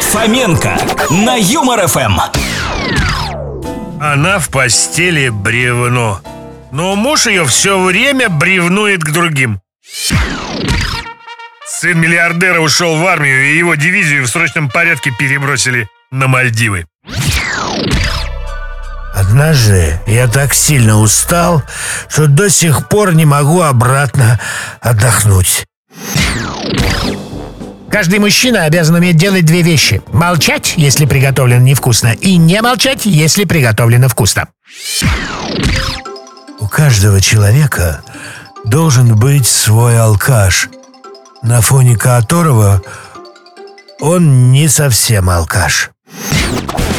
Фоменко на Юмор ФМ. Она в постели бревно, но муж ее все время бревнует к другим. Сын миллиардера ушел в армию, и его дивизию в срочном порядке перебросили на Мальдивы. Однажды я так сильно устал, что до сих пор не могу обратно отдохнуть. Каждый мужчина обязан уметь делать две вещи: молчать, если приготовлено невкусно, и не молчать, если приготовлено вкусно. У каждого человека должен быть свой алкаш, на фоне которого он не совсем алкаш.